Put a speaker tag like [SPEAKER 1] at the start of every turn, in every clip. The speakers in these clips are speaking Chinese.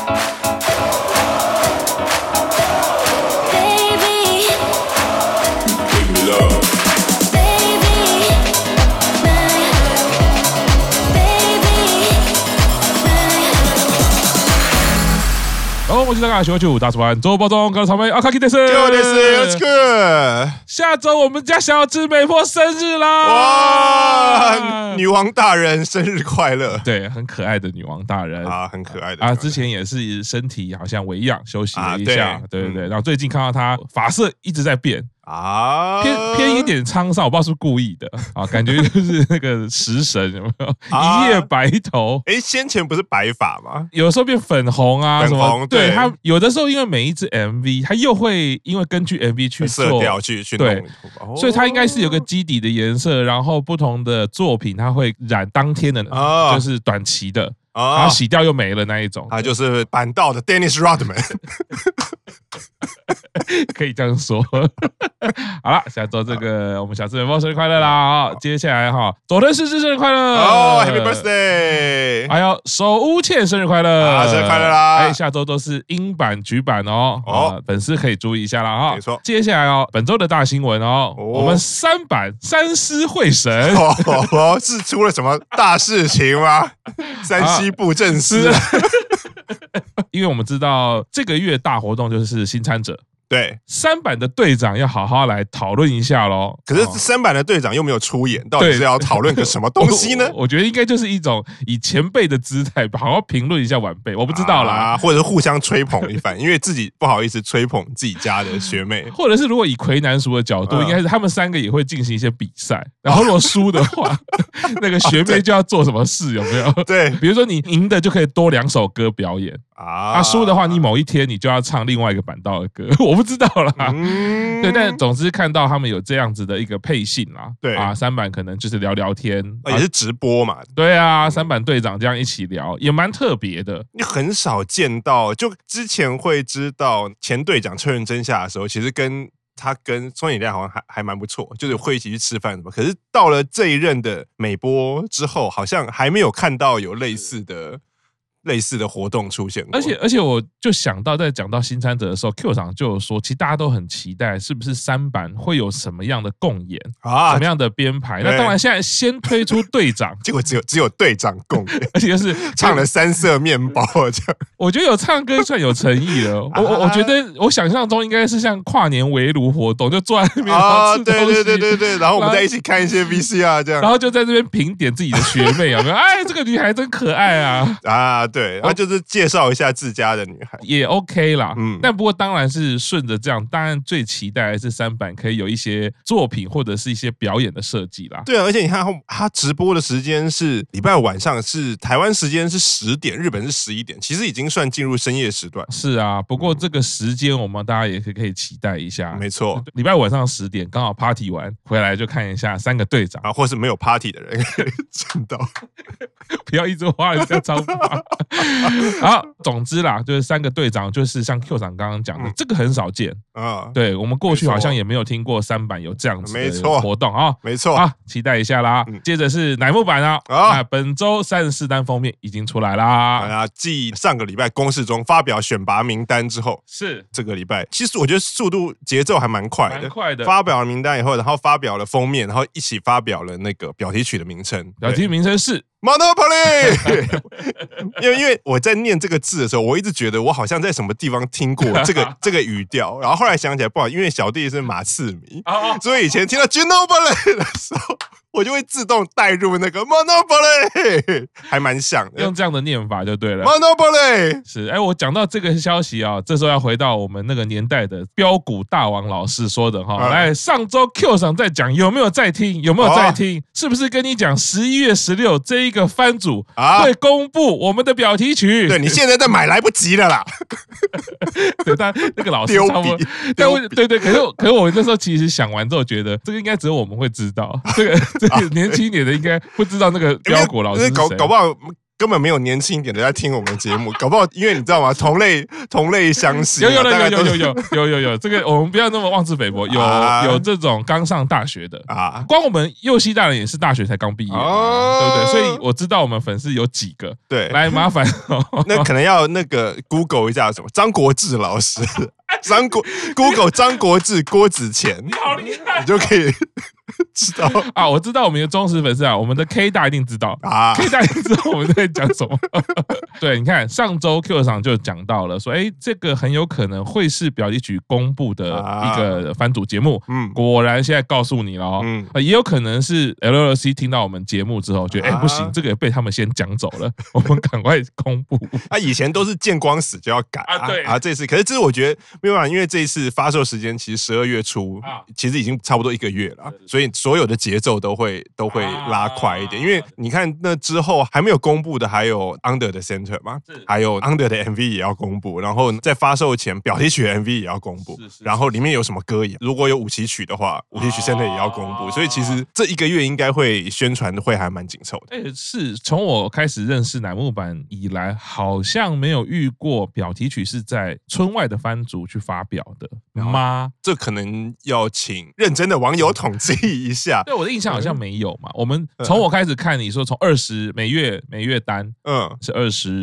[SPEAKER 1] 我是大家995大厨班周报中高草莓阿卡基德斯，下周我们家小智美波生日啦！
[SPEAKER 2] 哇，女王大人生日快乐！
[SPEAKER 1] 对，很可爱的女王大人
[SPEAKER 2] 啊，很可爱的
[SPEAKER 1] 啊。之前也是身体好像微恙休息了一下，对对对。然后最近看到她发色一直在变。
[SPEAKER 2] 啊，
[SPEAKER 1] 偏一点沧桑，我不知道是不是故意的啊，感觉就是那个食神有没有一夜白头？
[SPEAKER 2] 先前不是白发吗？
[SPEAKER 1] 有的时候变粉红啊，
[SPEAKER 2] 粉红，
[SPEAKER 1] 对，它有的时候因为每一支 MV， 它又会因为根据 MV 去做
[SPEAKER 2] 色调去
[SPEAKER 1] 对，所以它应该是有个基底的颜色，然后不同的作品它会染当天的，就是短期的。然后洗掉又没了那一种，
[SPEAKER 2] 他就是板道的 Dennis Rodman，
[SPEAKER 1] 可以这样说。好了，下周这个我们小智美波生日快乐啦！接下来哈，佐藤诗织生日快乐
[SPEAKER 2] 哦 ，Happy Birthday！
[SPEAKER 1] 还有手屋茜生日快乐，
[SPEAKER 2] 生日快乐啦！
[SPEAKER 1] 哎，下周都是英版、局版哦，粉丝可以注意一下啦哈。
[SPEAKER 2] 没错，
[SPEAKER 1] 接下来哦，本周的大新闻哦，我们3版三师会神
[SPEAKER 2] 是出了什么大事情吗？山西布政司，
[SPEAKER 1] 因为我们知道这个月大活动就是新参者。
[SPEAKER 2] 对
[SPEAKER 1] ，3版的队长要好好来讨论一下咯。
[SPEAKER 2] 可是3版的队长又没有出演，到底是要讨论个什么东西呢？
[SPEAKER 1] 我觉得应该就是一种以前辈的姿态，好好评论一下晚辈。我不知道啦，
[SPEAKER 2] 或者是互相吹捧一番，因为自己不好意思吹捧自己家的学妹，
[SPEAKER 1] 或者是如果以魁南叔的角度，应该是他们3个也会进行一些比赛，然后如果输的话，那个学妹就要做什么事，有没有？
[SPEAKER 2] 对，
[SPEAKER 1] 比如说你赢的就可以多2首歌表演。输的话，你某一天你就要唱另外一个板道的歌，我不知道啦。对，但总之看到他们有这样子的一个配信啦。
[SPEAKER 2] 对啊
[SPEAKER 1] ，3版可能就是聊聊天，
[SPEAKER 2] 也是直播嘛。
[SPEAKER 1] 对啊，3版队长这样一起聊，也蛮特别的。
[SPEAKER 2] 你很少见到，就之前会知道前队长车仁真夏的时候，其实他跟松野亮好像还蛮不错，就是会一起去吃饭什么。可是到了这一任的美波之后，好像还没有看到有类似的活动出现过，
[SPEAKER 1] 而且我就想到，在讲到新参者的时候 ，Q 长就有说，其实大家都很期待，是不是3版会有什么样的共演什么样的编排？那当然，现在先推出队长，
[SPEAKER 2] 结果只有队长共演，
[SPEAKER 1] 而且就是
[SPEAKER 2] 唱了3色面包这样。
[SPEAKER 1] 我觉得有唱歌算有诚意了。我觉得我想象中应该是像跨年围炉活动，就坐在那边
[SPEAKER 2] 对，然后我们再一起看一些 VCR 这样，
[SPEAKER 1] 然后就在这边评点自己的学妹有没有？哎，这个女孩真可爱啊！
[SPEAKER 2] 对，然后就是介绍一下自家的女孩，
[SPEAKER 1] 也 OK 啦。但不过当然是顺着这样，当然最期待的是3版可以有一些作品或者是一些表演的设计啦。
[SPEAKER 2] 对啊，而且你看他直播的时间是礼拜晚上，是台湾时间是10点，日本是11点，其实已经算进入深夜时段。
[SPEAKER 1] 是啊，不过这个时间我们大家也可以期待一下。
[SPEAKER 2] 没错，
[SPEAKER 1] 礼拜晚上10点刚好 party 完回来就看一下3个队长
[SPEAKER 2] 或是没有 party 的人可以见到，
[SPEAKER 1] 不要一直花人家招法。好，总之啦，就是3个队长，就是像 Q 长刚刚讲的，这个很少见啊。对，我们过去好像也没有听过3版有这样子的活动啊。
[SPEAKER 2] 没错
[SPEAKER 1] 啊，期待一下啦。接着是乃木坂啊，本周34单封面已经出来啦。
[SPEAKER 2] 继上个礼拜公示中发表选拔名单之后，
[SPEAKER 1] 是这
[SPEAKER 2] 个礼拜，其实我觉得速度节奏还蛮快的。发表了名单以后，然后发表了封面，然后一起发表了那个表题曲的名称。
[SPEAKER 1] 表题名称是
[SPEAKER 2] Monopoly， 因为我在念这个字的时候，我一直觉得我好像在什么地方听过这个语调，然后后来想起来不好，因为小弟是马刺迷，所以以前听到 Ginobili 的时候，我就会自动带入那个 Monopoly， 还蛮像的，
[SPEAKER 1] 用这样的念法就对了。
[SPEAKER 2] Monopoly
[SPEAKER 1] 是，哎，我讲到这个消息啊，这时候要回到我们那个年代的标股大王老师说的哈。来，上周 Q 上在讲，有没有在听？有没有在听？是不是跟你讲11月16这一个番组会公布我们的表题曲？
[SPEAKER 2] 对，你现在在买来不及了啦。
[SPEAKER 1] 对，但那个老师差不多，对，可是我那时候其实想完之后，觉得这个应该只有我们会知道，这个年轻一点的应该不知道那个标股老师是谁。
[SPEAKER 2] 搞不好根本没有年轻一点的在听我们节目，搞不好因为你知道吗？同类相吸。
[SPEAKER 1] 有，这个我们不要那么妄自菲薄，有这种刚上大学的啊，光我们右西大人也是大学才刚毕业，对不对？所以我知道我们粉丝有几个，
[SPEAKER 2] 对，
[SPEAKER 1] 来麻烦，
[SPEAKER 2] 那可能要那个 Google 一下什么张国志老师。Google 张国志郭子乾，
[SPEAKER 1] 你好厉害，
[SPEAKER 2] 你就可以知道
[SPEAKER 1] 啊！我知道我们的忠实粉丝啊，我们的 K 大一定知道啊 ，K 大一定知道我们在讲什么。对，你看上周 Q 上就讲到了，说这个很有可能会是表题曲公布的一个番组节目。果然现在告诉你了哦，也有可能是 LLC 听到我们节目之后，觉得不行，这个也被他们先讲走了，我们赶快公布。
[SPEAKER 2] 以前都是见光死就要改
[SPEAKER 1] 对
[SPEAKER 2] 这次，可是这是我觉得没有办法，因为这一次发售时间其实12月初，其实已经差不多1个月了，所以所有的节奏都会拉快一点。因为你看那之后还没有公布的，还有 Under the Center 嘛，还有 Under 的 MV 也要公布，然后在发售前表题曲的 MV 也要公布，然后里面有什么歌也，如果有舞期曲的话，舞期曲 Center 也要公布，所以其实这1个月应该会宣传的会还蛮紧凑的。
[SPEAKER 1] 是从我开始认识乃木坂以来，好像没有遇过表题曲是在村外的番组去发表的吗？
[SPEAKER 2] 这可能要请认真的网友统计一下。
[SPEAKER 1] 对，我的印象好像没有嘛。我们从我开始看，你说从20每月单，是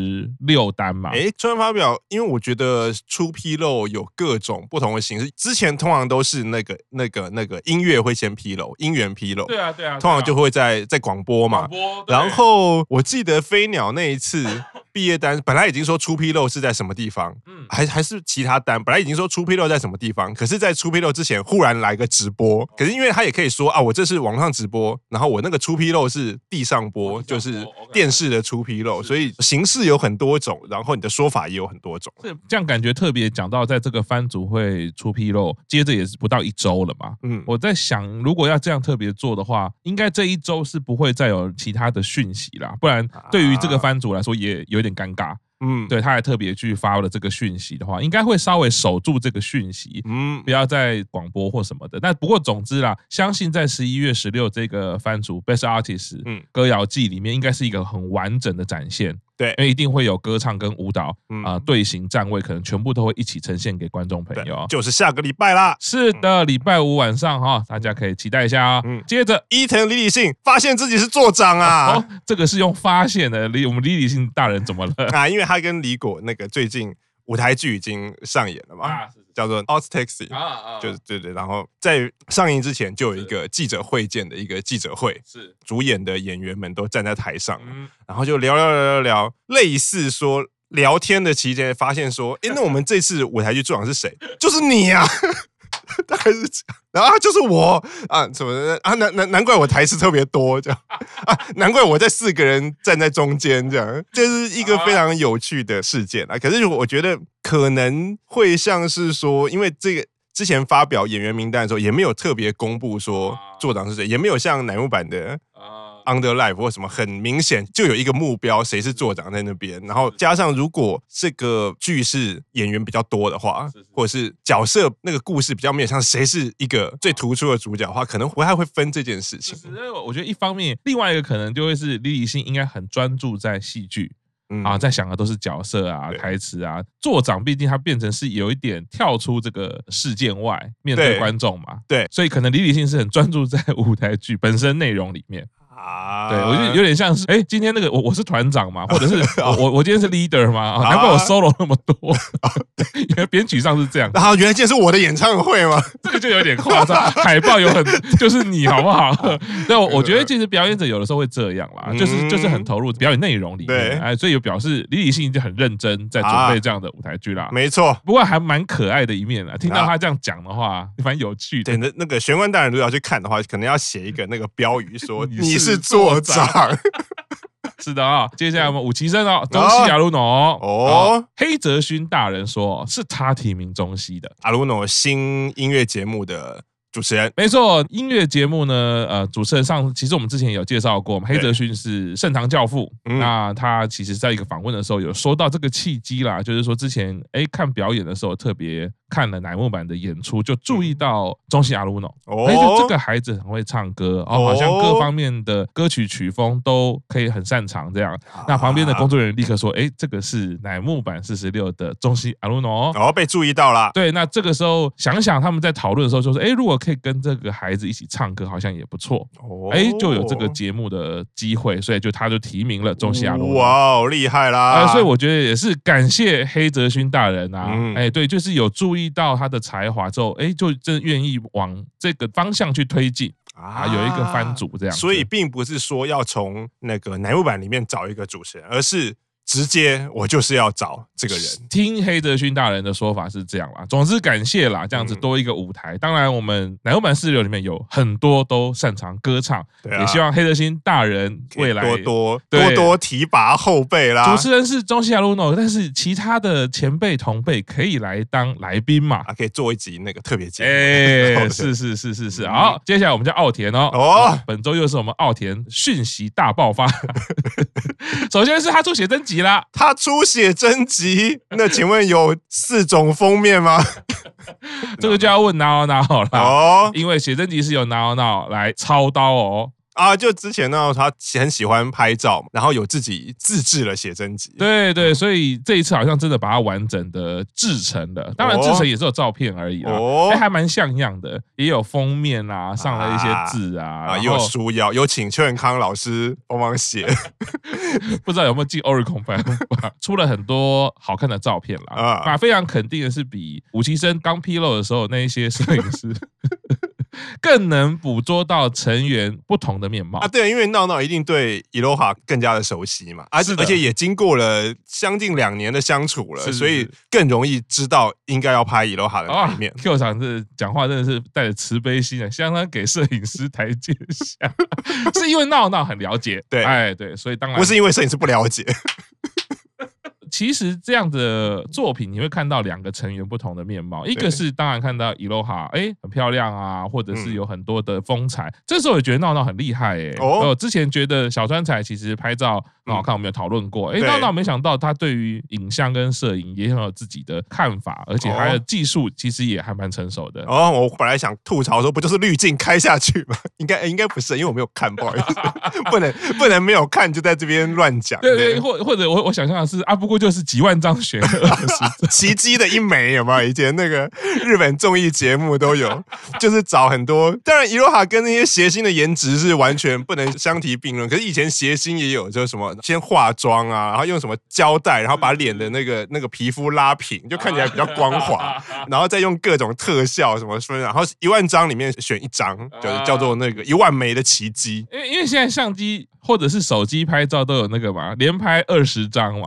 [SPEAKER 1] 26单嘛？
[SPEAKER 2] 春晚发表，因为我觉得出披露有各种不同的形式。之前通常都是那个音乐会先披露，音源披露。
[SPEAKER 1] 对啊，
[SPEAKER 2] 通常就会在广播嘛。然后我记得飞鸟那一次毕业单，本来已经说出披露是在什么地方，还是其他单，本来已经说出披露在什么地方，可是在出披露之前忽然来个直播，可是因为他也可以说我这是网上直播，然后我那个出披露是地上播，就是电视的出披露，所以形式有很多种，然后你的说法也有很多种。
[SPEAKER 1] 这样感觉特别讲到在这个番组会出披露，接着也是不到1周了嘛。我在想，如果要这样特别做的话，应该这1周是不会再有其他的讯息啦，不然对于这个番组来说也有点尴尬。对，他还特别去发了这个讯息的话，应该会稍微守住这个讯息，不要再广播或什么的。但不过总之啦，相信在11月16这个番组 Best Artist 歌谣季里面，应该是一个很完整的展现。对，因为一定会有歌唱跟舞蹈队形站位，可能全部都会一起呈现给观众朋友。
[SPEAKER 2] 就是下个礼拜啦。
[SPEAKER 1] 是的，礼拜5晚上哈，大家可以期待一下啊。接着
[SPEAKER 2] 伊藤李李信发现自己是座长啊，
[SPEAKER 1] 这个是用发现的。我们李李信大人怎么了
[SPEAKER 2] 因为他跟李果那个最近舞台剧已经上演了嘛。叫做 Out Taxi 就是对，然后在上映之前就有一个记者会见的一个记者会，是主演的演员们都站在台上，然后就聊，类似说聊天的期间发现说，那我们这次舞台剧座长是谁？就是你啊。大概是这样，然后就是我什么的难怪我台词特别多这样难怪我在4个人站在中间这样，这是一个非常有趣的事件可是我觉得可能会像是说，因为这个之前发表演员名单的时候，也没有特别公布说座长是谁，也没有像乃木坂的Under Life 或什么很明显就有一个目标，谁是座长在那边，然后加上如果这个剧是演员比较多的话，或者是角色那个故事比较没有像谁是一个最突出的主角的话，可能不太会分这件事情。
[SPEAKER 1] 我觉得一方面，另外一个可能就会是李李信应该很专注在戏剧。在想的都是角色台词座长毕竟他变成是有一点跳出这个事件外面对观众嘛，对，所以可能李李信是很专注在舞台剧本身内容里面。对，我觉得有点像是今天那个我是团长嘛，或者是我今天是 leader 嘛，难怪我 solo 那么多，原来编曲上是这样。
[SPEAKER 2] 原来今天是我的演唱会吗？
[SPEAKER 1] 这个就有点夸张，海报有很就是你好不好？对，我觉得其实表演者有的时候会这样啦，就是很投入表演内容里面，所以有表示李李信就很认真在准备这样的舞台剧啦。
[SPEAKER 2] 没错，
[SPEAKER 1] 不过还蛮可爱的一面啦，听到他这样讲的话，蛮有趣的。
[SPEAKER 2] 对，那个玄关大人如果要去看的话，可能要写一个那个标语说你是座长。
[SPEAKER 1] 是的接下来我们武崎生中西阿鲁诺黑泽勋大人说是他提名中西的
[SPEAKER 2] 阿鲁诺新音乐节目的主持人。
[SPEAKER 1] 没错，音乐节目呢，主持人上其实我们之前有介绍过，黑泽勋是盛堂教父。那他其实在一个访问的时候有说到这个契机啦，就是说之前看表演的时候特别看了乃木坂的演出，就注意到中西阿鲁诺，就这个孩子很会唱歌好像各方面的歌曲曲风都可以很擅长这样。那旁边的工作人员立刻说，这个是乃木坂46的中西阿鲁诺
[SPEAKER 2] 被注意到了。
[SPEAKER 1] 对，那这个时候想想他们在讨论的时候就说，如果可以跟这个孩子一起唱歌，好像也不错就有这个节目的机会，所以他就提名了中西阿鲁诺。
[SPEAKER 2] 哇，厉害啦！
[SPEAKER 1] 所以我觉得也是感谢黑泽勋大人啊，对，就是有注意到他的才华之后，就真愿意往这个方向去推进有一个番组这样。
[SPEAKER 2] 所以并不是说要从那个乃木坂里面找一个主持人，而是直接我就是要找这个人。
[SPEAKER 1] 听黑泽勋大人的说法是这样啦，总之感谢啦，这样子多一个舞台。当然，我们乃木坂46里面有很多都擅长歌唱，也希望黑泽勋大人未来
[SPEAKER 2] 多多提拔后辈啦。
[SPEAKER 1] 主持人是中西阿鲁诺，但是其他的前辈同辈可以来当来宾嘛，
[SPEAKER 2] 可以做一集那个特别节目。
[SPEAKER 1] 是。好，接下来我们叫奥田本周又是我们奥田讯息大爆发。首先是他出写真集啦，
[SPEAKER 2] 他出写真集，那请问有4种封面吗？
[SPEAKER 1] 这个就要问Now了因为写真集是由Now来操刀
[SPEAKER 2] 就之前呢，他很喜欢拍照，然后有自己自制了写真集。
[SPEAKER 1] 对，所以这一次好像真的把它完整的制成了。当然制成也是有照片而已还蛮像样的，也有封面上了一些字
[SPEAKER 2] 也有书腰，有请邱元康老师帮忙写。
[SPEAKER 1] 不知道有没有进 Oricon 版，出了很多好看的照片啦。非常肯定的是，比武崎生刚披露的时候那一些摄影师更能捕捉到成员不同的面貌
[SPEAKER 2] 对，因为闹一定对 Iroha 更加的熟悉嘛，而且也经过了将近2年的相处了，所以更容易知道应该要拍 Iroha 的哪一面。
[SPEAKER 1] Q 厂这讲话真的是带着慈悲心的，相当给摄影师台阶下，是因为闹很了解，对，所以当然
[SPEAKER 2] 不是因为摄影师不了解。
[SPEAKER 1] 其实这样的作品你会看到2个成员不同的面貌，一个是当然看到 Iroha 很漂亮或者是有很多的风采，这时候也觉得闹很厉害之前觉得小川彩其实拍照很好看，我们有讨论过闹没想到他对于影像跟摄影也很有自己的看法，而且他的技术其实也还蛮成熟的
[SPEAKER 2] 我本来想吐槽说不就是滤镜开下去吗？应该不是，因为我没有看，不好意思。不能没有看就在这边乱讲。
[SPEAKER 1] 对，或者我想象的是不过就是几万张选20
[SPEAKER 2] 奇迹的一枚有没有？以前那个日本综艺节目都有，就是找很多。当然Iroha跟那些谐星的颜值是完全不能相提并论，可是以前谐星也有，就是什么先化妆然后用什么胶带，然后把脸的那个皮肤拉平，就看起来比较光滑，然后再用各种特效什么分，然后1万张里面选1张，就是叫做那个1万枚的奇迹。
[SPEAKER 1] 因为现在相机或者是手机拍照都有那个嘛，连拍20张嘛，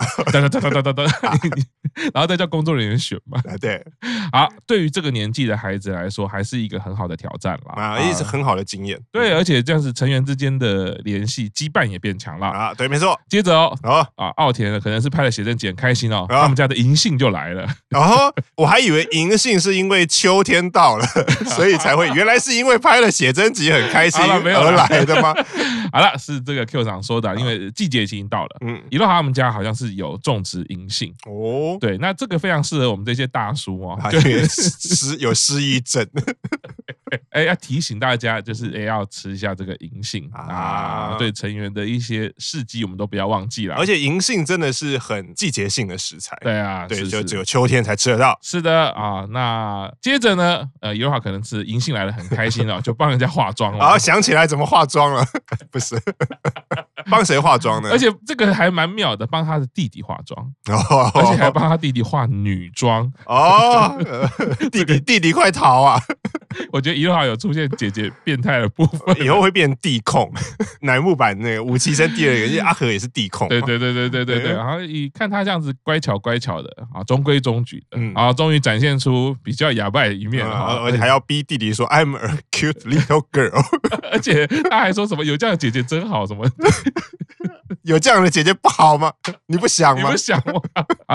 [SPEAKER 1] 然后再叫工作人员选嘛。
[SPEAKER 2] 对，
[SPEAKER 1] 好，对于这个年纪的孩子来说，还是一个很好的挑战啦，
[SPEAKER 2] 也是很好的经验。
[SPEAKER 1] 对，而且这样子成员之间的联系羁绊也变强了
[SPEAKER 2] 对，没错。
[SPEAKER 1] 接着奥田可能是拍了写真集很开心他们家的银杏就来了。
[SPEAKER 2] 我还以为银杏是因为秋天到了，所以才会，原来是因为拍了写真集很开心而来的吗？
[SPEAKER 1] 好了，是这个 Q 厂说的，因为季节已经到了。Iroha他们家好像是有种植银杏对，那这个非常适合我们这些大叔
[SPEAKER 2] 有失忆症。
[SPEAKER 1] 要提醒大家，就是要吃一下这个银杏对成员的一些事迹，我们都不要忘记了。
[SPEAKER 2] 而且银杏真的是很季节性的食材，
[SPEAKER 1] 对，
[SPEAKER 2] 就只有秋天才吃得到。
[SPEAKER 1] 是的那接着呢，Iroha可能是银杏来的很开心就帮人家化妆了。
[SPEAKER 2] 想起来怎么化妆了？不是，帮谁化妆呢？
[SPEAKER 1] 而且这个还蛮妙的，帮他的弟弟化妆而且还帮他弟弟化女装
[SPEAKER 2] 弟弟快逃啊！
[SPEAKER 1] 我觉得Iroha有出现姐姐变态的部分，
[SPEAKER 2] 以后会变地控。乃木坂那个武崎生第2个，因为阿和也是地控。
[SPEAKER 1] 对，然后看他这样子乖巧的中规中矩的终于展现出比较哑巴的一面
[SPEAKER 2] 而且还要逼弟弟说 I'm a cute little girl，
[SPEAKER 1] 而且他还说什么有这样的姐姐真好什么。
[SPEAKER 2] 有这样的姐姐不好吗？你不想吗？
[SPEAKER 1] 你不想吗？好了，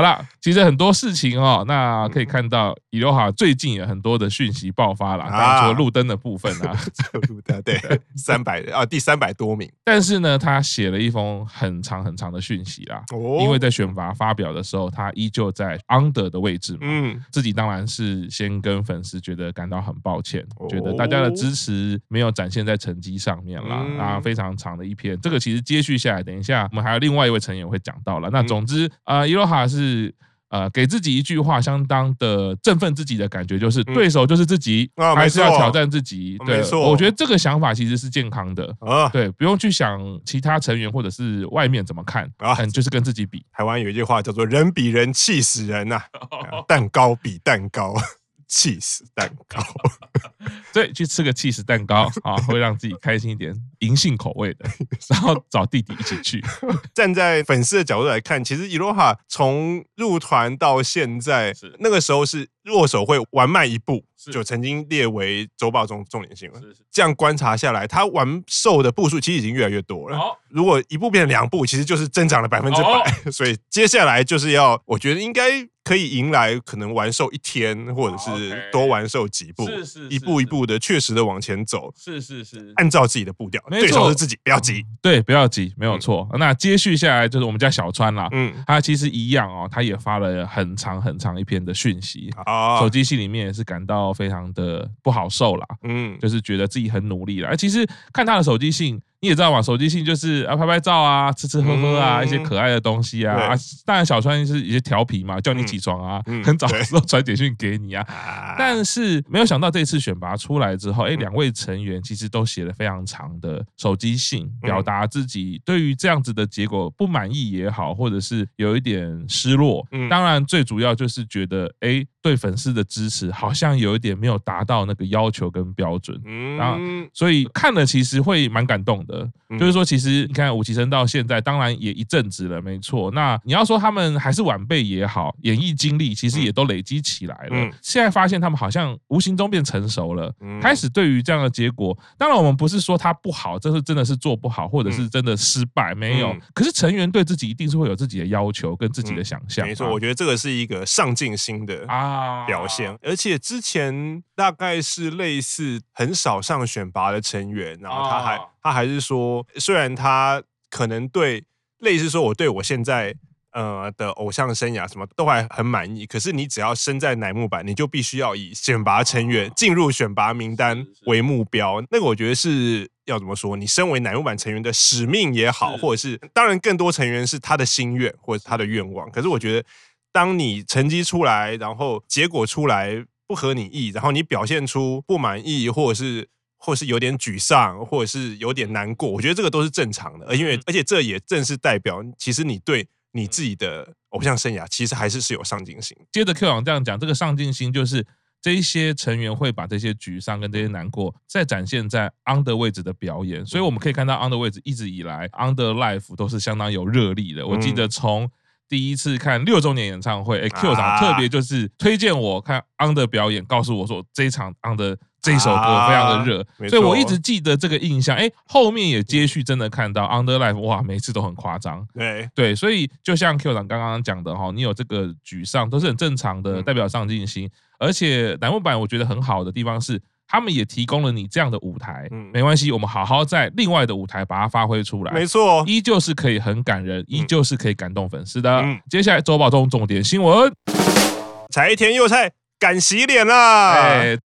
[SPEAKER 1] 其实很多事情哦，那可以看到伊罗哈最近有很多的讯息爆发啦，当然除了路灯的部分啊，
[SPEAKER 2] 路灯对第300多名，
[SPEAKER 1] 但是呢，他写了一封很长很长的讯息啦，因为在选拔发表的时候，他依旧在 under 的位置嘛，自己当然是先跟粉丝觉得感到很抱歉，觉得大家的支持没有展现在成绩上面啦，啊，非常长的一篇，这个其实接续下来，等一下我们还有另外一位成员会讲到了。那总之伊罗哈是给自己一句话，相当的振奋自己的感觉，就是对手就是自己，还是要挑战自己。对，我觉得这个想法其实是健康的，对，不用去想其他成员或者是外面怎么看，就是跟自己比。
[SPEAKER 2] 台湾有一句话叫做"人比人气死人"呐，蛋糕比蛋糕。气死蛋糕，
[SPEAKER 1] 对，去吃个气死蛋糕啊，会让自己开心一点，银杏口味的，然后找弟弟一起去。
[SPEAKER 2] 站在粉丝的角度来看，其实伊罗哈从入团到现在，那个时候是握手会完卖1部，就曾经列为周报中重点新闻。这样观察下来，他完售的部数其实已经越来越多了。如果1部变成2部，其实就是增长了100%。所以接下来就是要，我觉得应该可以迎来可能完售1天，或者是多完售几部，一步一步的确实的往前走。
[SPEAKER 1] 是，
[SPEAKER 2] 按照自己的步调，对手是自己，不要急。
[SPEAKER 1] 对，不要急，没有错。那接续下来就是我们家小川啦，他其实一样哦，他也发了很长很长一篇的讯息，手机信里面也是感到非常的不好受啦，就是觉得自己很努力啦。其实看他的手机信。你也知道嘛，手机信就是拍拍照啊，吃吃喝喝啊，一些可爱的东西啊。当然小川是一些调皮嘛，叫你起床啊，很早的时候传简讯给你啊。但是没有想到这次选拔出来之后，2位成员其实都写了非常长的手机信，表达自己对于这样子的结果不满意也好，或者是有一点失落。当然最主要就是觉得对粉丝的支持好像有一点没有达到那个要求跟标准，然后所以看了其实会蛮感动的。就是说，其实你看武崎生到现在，当然也一阵子了，没错。那你要说他们还是晚辈也好，演艺经历其实也都累积起来了。现在发现他们好像无形中变成熟了，开始对于这样的结果，当然我们不是说他不好，这是真的是做不好，或者是真的失败，没有。可是成员对自己一定是会有自己的要求跟自己的想象。
[SPEAKER 2] 没错，我觉得这个是一个上进心的表现，而且之前大概是类似很少上选拔的成员，然后他还是说，虽然他可能对类似说我对我现在的偶像生涯什么都还很满意，可是你只要身在乃木坂，你就必须要以选拔成员进入选拔名单为目标。那个我觉得是要怎么说？你身为乃木坂成员的使命也好，或者是当然更多成员是他的心愿或者他的愿望。可是我觉得，当你成绩出来，然后结果出来不合你意，然后你表现出不满意，或者是有点沮丧，或者是有点难过，我觉得这个都是正常的，而且这也正是代表，其实你对你自己的偶像生涯，其实还是有上进心。
[SPEAKER 1] 接着 Q 长这样讲，这个上进心就是这一些成员会把这些沮丧跟这些难过，再展现在 Under 位置的表演，所以我们可以看到 Under 位置一直以来 Under Life 都是相当有热力的。我记得从第一次看6周年演唱会，Q 长特别就是推荐我看 Under 表演，告诉我说这一场 Under 这一首歌非常的热，所以我一直记得这个印象。后面也接续真的看到 Under Life， 哇，每次都很夸张。对，所以就像 Q 长刚刚讲的哈，你有这个沮丧都是很正常的，代表上进心。而且乃木坂我觉得很好的地方是，他们也提供了你这样的舞台，没关系，我们好好在另外的舞台把它发挥出来。
[SPEAKER 2] 没错，
[SPEAKER 1] 依旧是可以很感人，依旧是可以感动粉丝的。接下来周报中重点新闻，
[SPEAKER 2] 柴田佑菜敢洗脸啦！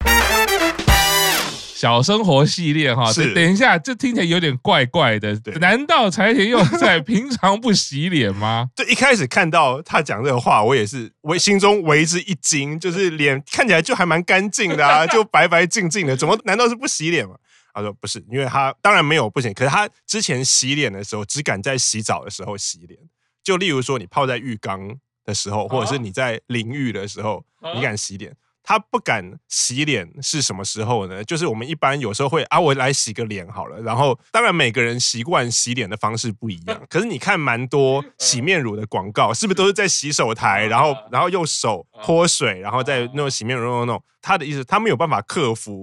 [SPEAKER 1] 小生活系列哈，等一下，这听起来有点怪怪的。难道柴田佑菜平常不洗脸吗？
[SPEAKER 2] 就一开始看到他讲这个话，我心中为之一惊，就是脸看起来就还蛮干净的啊，就白白净净的，怎么难道是不洗脸吗？他说不是，因为他当然没有不行，可是他之前洗脸的时候只敢在洗澡的时候洗脸，就例如说你泡在浴缸的时候，或者是你在淋浴的时候，你敢洗脸。他不敢洗脸是什么时候呢？就是我们一般有时候会我来洗个脸好了。然后当然每个人习惯洗脸的方式不一样，可是你看蛮多洗面乳的广告，是不是都是在洗手台，然后用手泼水，然后再那种洗面乳弄。他的意思，他没有办法克服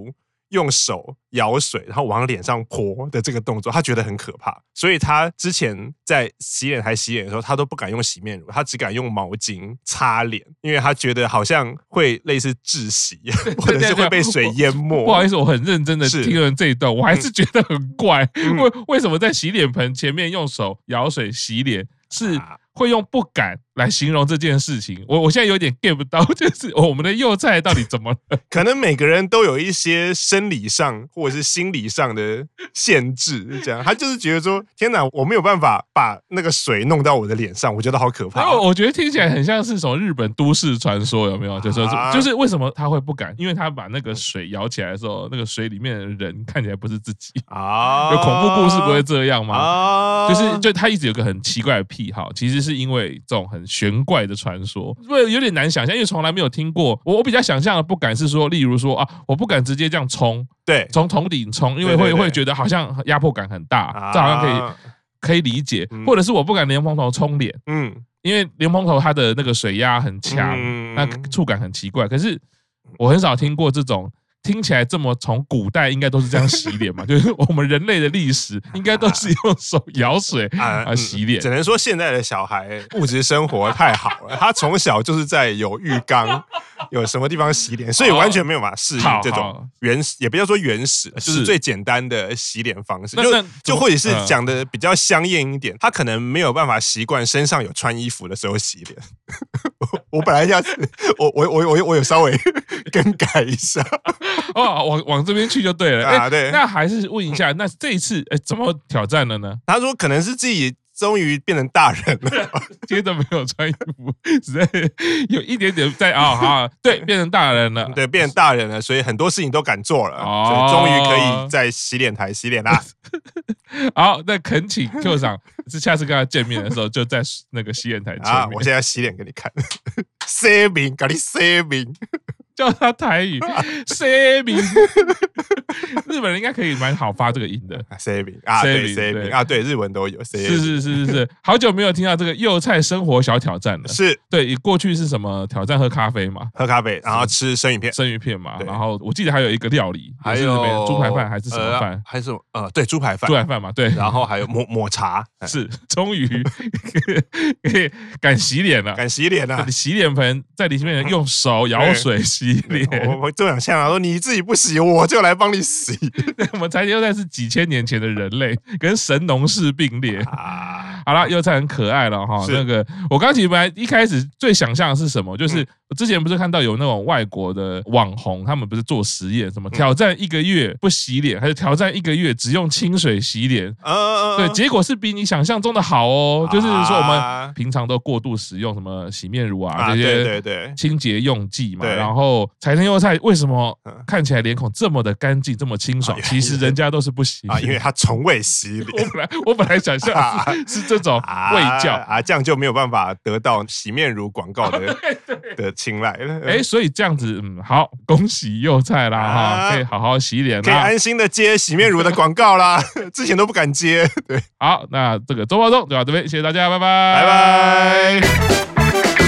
[SPEAKER 2] 用手舀水，然后往脸上泼的这个动作，他觉得很可怕，所以他之前在洗脸台洗脸的时候，他都不敢用洗面乳，他只敢用毛巾擦脸，因为他觉得好像会类似窒息，或者是会被水淹没。
[SPEAKER 1] 不好意思，我很认真的听了这一段，我还是觉得很怪，为什么在洗脸盆前面用手舀水洗脸是会用不敢来形容这件事情？我现在有点 get 不到，就是我们的幼菜到底怎么了？
[SPEAKER 2] 可能每个人都有一些生理上或者是心理上的限制，这样他就是觉得说，天哪，我没有办法把那个水弄到我的脸上，我觉得好可怕。
[SPEAKER 1] 我觉得听起来很像是什么日本都市传说，有没有？就是为什么他会不敢？因为他把那个水舀起来的时候，那个水里面的人看起来不是自己啊。有恐怖故事不会这样吗？就他一直有个很奇怪的癖好，其实是因为这种很玄怪的传说，有点难想象，因为从来没有听过。我比较想象的不敢是说，例如说啊，我不敢直接这样冲，对，从头顶冲，因为会觉得好像压迫感很大，这好像可以理解。或者是我不敢莲蓬头冲脸，因为莲蓬头它的那个水压很强，那触感很奇怪。可是我很少听过这种。听起来这么从古代应该都是这样洗脸嘛，就是我们人类的历史应该都是用手舀水洗脸。
[SPEAKER 2] 只能说现在的小孩物质生活太好了，他从小就是在有浴缸、有什么地方洗脸，所以完全没有办法适应这种原始，也不要说原始，就是最简单的洗脸方式。就或者是讲的比较香艳一点，他可能没有办法习惯身上有穿衣服的时候洗脸。我本来要我有稍微更改一下。
[SPEAKER 1] 往这边去就对了。
[SPEAKER 2] 对。
[SPEAKER 1] 那还是问一下，那这一次怎么挑战了呢？
[SPEAKER 2] 他说可能是自己终于变成大人了，
[SPEAKER 1] 接着没有穿衣服，实在有一点点在对，变成大人了，
[SPEAKER 2] 对，变成大人了，所以很多事情都敢做了，所以终于可以在洗脸台洗脸啦。
[SPEAKER 1] 好，那恳请 Q 长，下次跟他见面的时候，就在那个洗脸台前面。
[SPEAKER 2] 我现在洗脸给你看，洗面，给你洗面。
[SPEAKER 1] 叫他台语 saving， 日本人应该可以蛮好发这个音的
[SPEAKER 2] saving 啊，对 saving 啊，对，日文都有。
[SPEAKER 1] 是，好久没有听到这个幼菜生活小挑战了。是，对，过去是什么挑战？喝咖啡嘛，
[SPEAKER 2] 喝咖啡，然后吃生鱼片
[SPEAKER 1] 嘛，然后我记得还有一个料理，还有猪排饭还是什么饭？
[SPEAKER 2] 还是对，猪排饭
[SPEAKER 1] 嘛，对，
[SPEAKER 2] 然后还有抹茶，
[SPEAKER 1] 是，终于敢洗脸了，洗脸盆在里面用手舀水洗。
[SPEAKER 2] 我就想象说你自己不洗，我就来帮你洗。
[SPEAKER 1] 我们才幼菜是几千年前的人类，跟神农氏并列。好了，幼菜很可爱了哈。那个我刚其实本来一开始最想象的是什么，就是我之前不是看到有那种外国的网红，他们不是做实验，什么挑战1个月不洗脸，还是挑战1个月只用清水洗脸？对，结果是比你想象中的好哦。就是说我们平常都过度使用什么洗面乳这些清洁用剂嘛，然后柴田幼菜为什么看起来脸孔这么的干净，这么清爽？其实人家都是不洗
[SPEAKER 2] 因为他从未洗脸。
[SPEAKER 1] 我本来想象是这种卫教
[SPEAKER 2] 这样就没有办法得到洗面乳广告的青睐了。
[SPEAKER 1] 所以这样子，好，恭喜幼菜啦可以好好洗脸啦，
[SPEAKER 2] 可以安心的接洗面乳的广告啦，之前都不敢接。对，
[SPEAKER 1] 好，那这个周报中就到这边，谢谢大家，拜拜，
[SPEAKER 2] 拜拜。